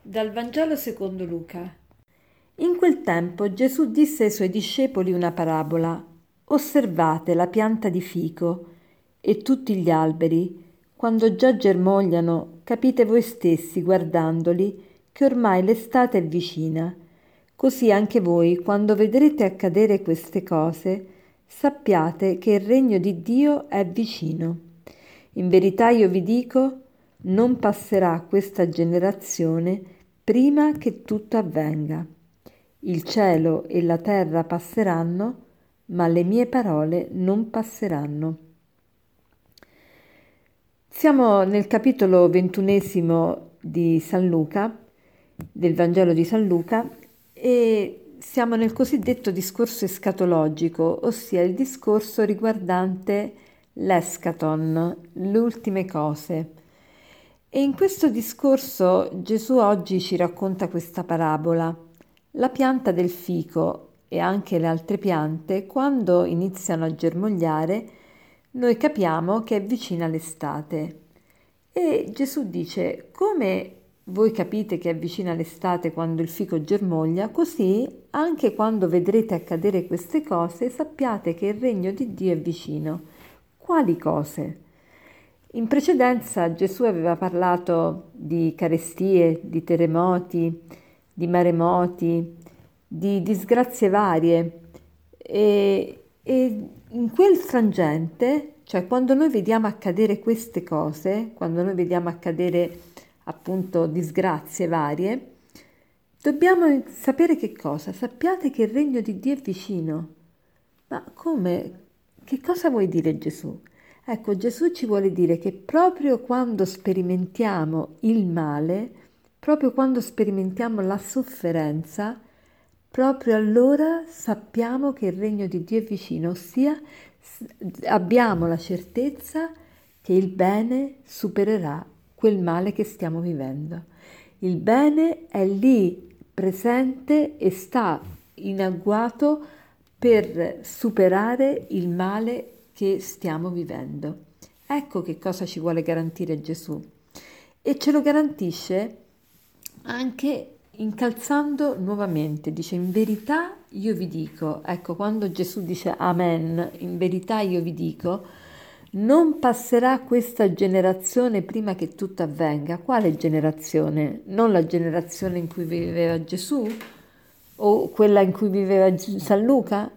Dal Vangelo secondo Luca. In quel tempo Gesù disse ai suoi discepoli una parabola. Osservate la pianta di fico e tutti gli alberi. Quando già germogliano, capite voi stessi, guardandoli, che ormai l'estate è vicina. Così anche voi, quando vedrete accadere queste cose, sappiate che il regno di Dio è vicino. In verità io vi dico, non passerà questa generazione prima che tutto avvenga. Il cielo e la terra passeranno, ma le mie parole non passeranno. Siamo nel capitolo 21 di San Luca, del Vangelo di San Luca, e siamo nel cosiddetto discorso escatologico, ossia il discorso riguardante l'eschaton, le ultime cose. E in questo discorso Gesù oggi ci racconta questa parabola. La pianta del fico e anche le altre piante, quando iniziano a germogliare, noi capiamo che è vicina l'estate. E Gesù dice, come voi capite che è vicina l'estate quando il fico germoglia, così anche quando vedrete accadere queste cose, sappiate che il regno di Dio è vicino. Quali cose? In precedenza Gesù aveva parlato di carestie, di terremoti, di maremoti, di disgrazie varie e in quel frangente, cioè quando noi vediamo accadere queste cose, quando noi vediamo accadere appunto disgrazie varie, dobbiamo sapere che cosa? Sappiate che il regno di Dio è vicino. Ma come? Che cosa vuoi dire Gesù? Ecco, Gesù ci vuole dire che proprio quando sperimentiamo il male, proprio quando sperimentiamo la sofferenza, proprio allora sappiamo che il regno di Dio è vicino, ossia abbiamo la certezza che il bene supererà quel male che stiamo vivendo. Il bene è lì presente e sta in agguato per superare il male che stiamo vivendo. Ecco che cosa ci vuole garantire Gesù. E ce lo garantisce anche incalzando nuovamente. Dice, in verità io vi dico, ecco, quando Gesù dice amen, in verità io vi dico, non passerà questa generazione prima che tutto avvenga. Quale generazione? Non la generazione in cui viveva Gesù? O quella in cui viveva San Luca?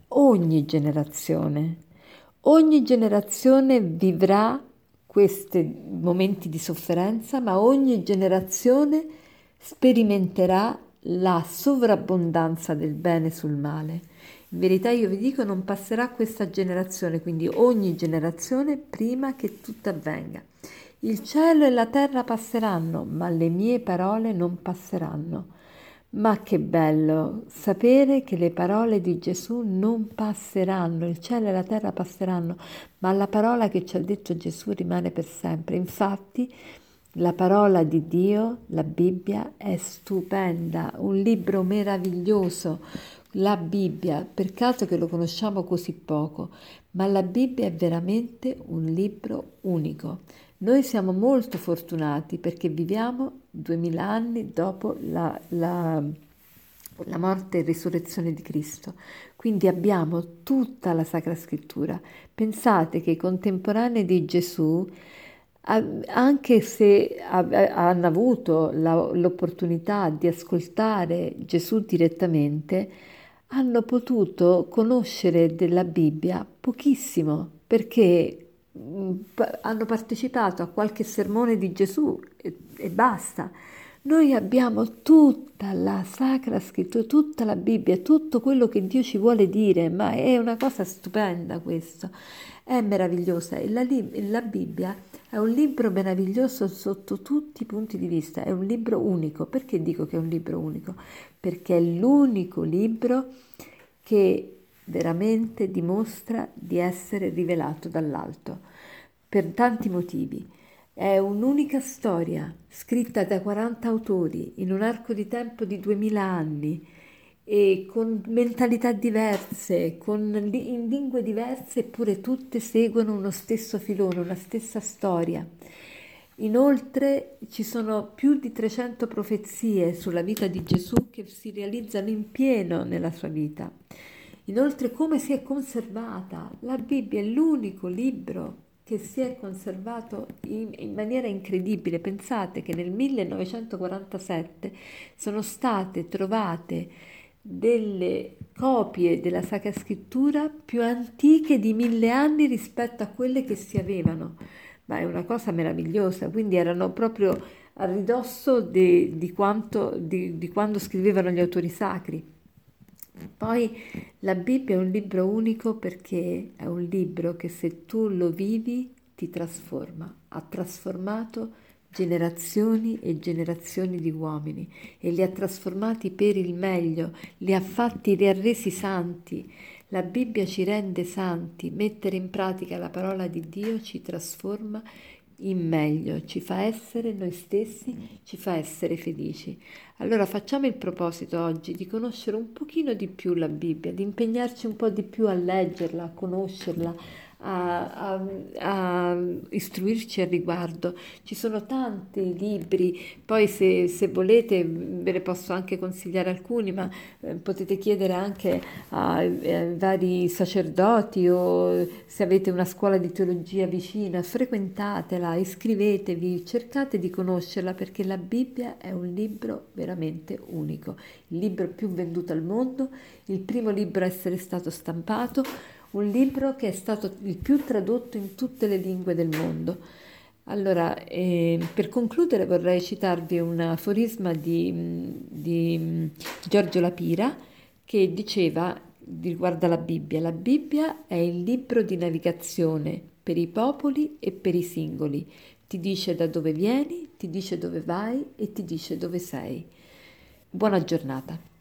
Ogni generazione vivrà questi momenti di sofferenza, ma ogni generazione sperimenterà la sovrabbondanza del bene sul male. In verità io vi dico, non passerà questa generazione, quindi ogni generazione, prima che tutto avvenga. Il cielo e la terra passeranno, ma le mie parole non passeranno. Ma che bello sapere che le parole di Gesù non passeranno, il cielo e la terra passeranno, ma la parola che ci ha detto Gesù rimane per sempre. Infatti, la parola di Dio, la Bibbia, è stupenda, un libro meraviglioso. La Bibbia, per caso che lo conosciamo così poco, ma la Bibbia è veramente un libro unico. Noi siamo molto fortunati perché viviamo 2000 anni dopo la morte e risurrezione di Cristo. Quindi abbiamo tutta la Sacra Scrittura. Pensate che i contemporanei di Gesù, anche se hanno avuto l'opportunità di ascoltare Gesù direttamente, hanno potuto conoscere della Bibbia pochissimo perché hanno partecipato a qualche sermone di Gesù e basta. Noi abbiamo tutta la Sacra Scrittura, tutta la Bibbia, tutto quello che Dio ci vuole dire, ma è una cosa stupenda questo, è meravigliosa. E la Bibbia è un libro meraviglioso sotto tutti i punti di vista, è un libro unico. Perché dico che è un libro unico? Perché è l'unico libro che veramente dimostra di essere rivelato dall'alto, per tanti motivi. È un'unica storia, scritta da 40 autori, in un arco di tempo di 2000 anni, e con mentalità diverse, in lingue diverse, eppure tutte seguono uno stesso filone, una stessa storia. Inoltre ci sono più di 300 profezie sulla vita di Gesù che si realizzano in pieno nella sua vita. Inoltre come si è conservata? La Bibbia è l'unico libro che si è conservato in maniera incredibile. Pensate che nel 1947 sono state trovate delle copie della Sacra Scrittura più antiche di 1000 anni rispetto a quelle che si avevano. Ma è una cosa meravigliosa, quindi erano proprio a ridosso di quando scrivevano gli autori sacri. Poi la Bibbia è un libro unico perché è un libro che se tu lo vivi ti trasforma. Ha trasformato generazioni e generazioni di uomini e li ha trasformati per il meglio, li ha resi santi. La Bibbia ci rende santi, mettere in pratica la parola di Dio ci trasforma in meglio, ci fa essere noi stessi, ci fa essere felici. Allora facciamo il proposito oggi di conoscere un pochino di più la Bibbia, di impegnarci un po' di più a leggerla, a conoscerla, a istruirci al riguardo. Ci sono tanti libri, poi se volete ve ne posso anche consigliare alcuni, ma potete chiedere anche ai vari sacerdoti o se avete una scuola di teologia vicina, frequentatela, iscrivetevi, cercate di conoscerla perché la Bibbia è un libro veramente unico, il libro più venduto al mondo, il primo libro a essere stato stampato, un libro che è stato il più tradotto in tutte le lingue del mondo. Allora, per concludere vorrei citarvi un aforisma di Giorgio Lapira che diceva riguardo alla Bibbia: la Bibbia è il libro di navigazione per i popoli e per i singoli. Ti dice da dove vieni, ti dice dove vai e ti dice dove sei. Buona giornata.